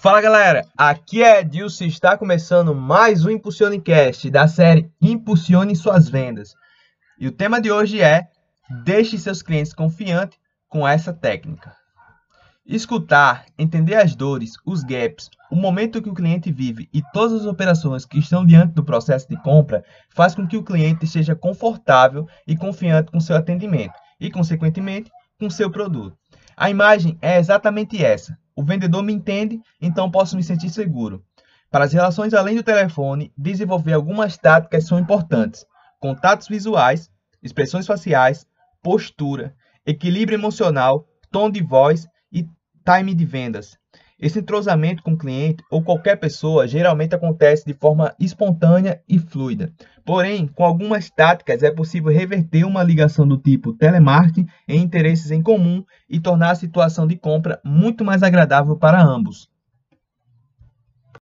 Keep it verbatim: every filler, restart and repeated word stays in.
Fala galera, aqui é Edilson e está começando mais um ImpulsioneCast da série Impulsione Suas Vendas. E o tema de hoje é: deixe seus clientes confiantes com essa técnica. Escutar, entender as dores, os gaps, o momento que o cliente vive e todas as operações que estão diante do processo de compra faz com que o cliente esteja confortável e confiante com seu atendimento e, consequentemente, com seu produto. A imagem é exatamente essa. O vendedor me entende, então posso me sentir seguro. Para as relações além do telefone, desenvolver algumas táticas são importantes: contatos visuais, expressões faciais, postura, equilíbrio emocional, tom de voz e time de vendas. Esse entrosamento com o cliente ou qualquer pessoa geralmente acontece de forma espontânea e fluida. Porém, com algumas táticas é possível reverter uma ligação do tipo telemarketing em interesses em comum e tornar a situação de compra muito mais agradável para ambos.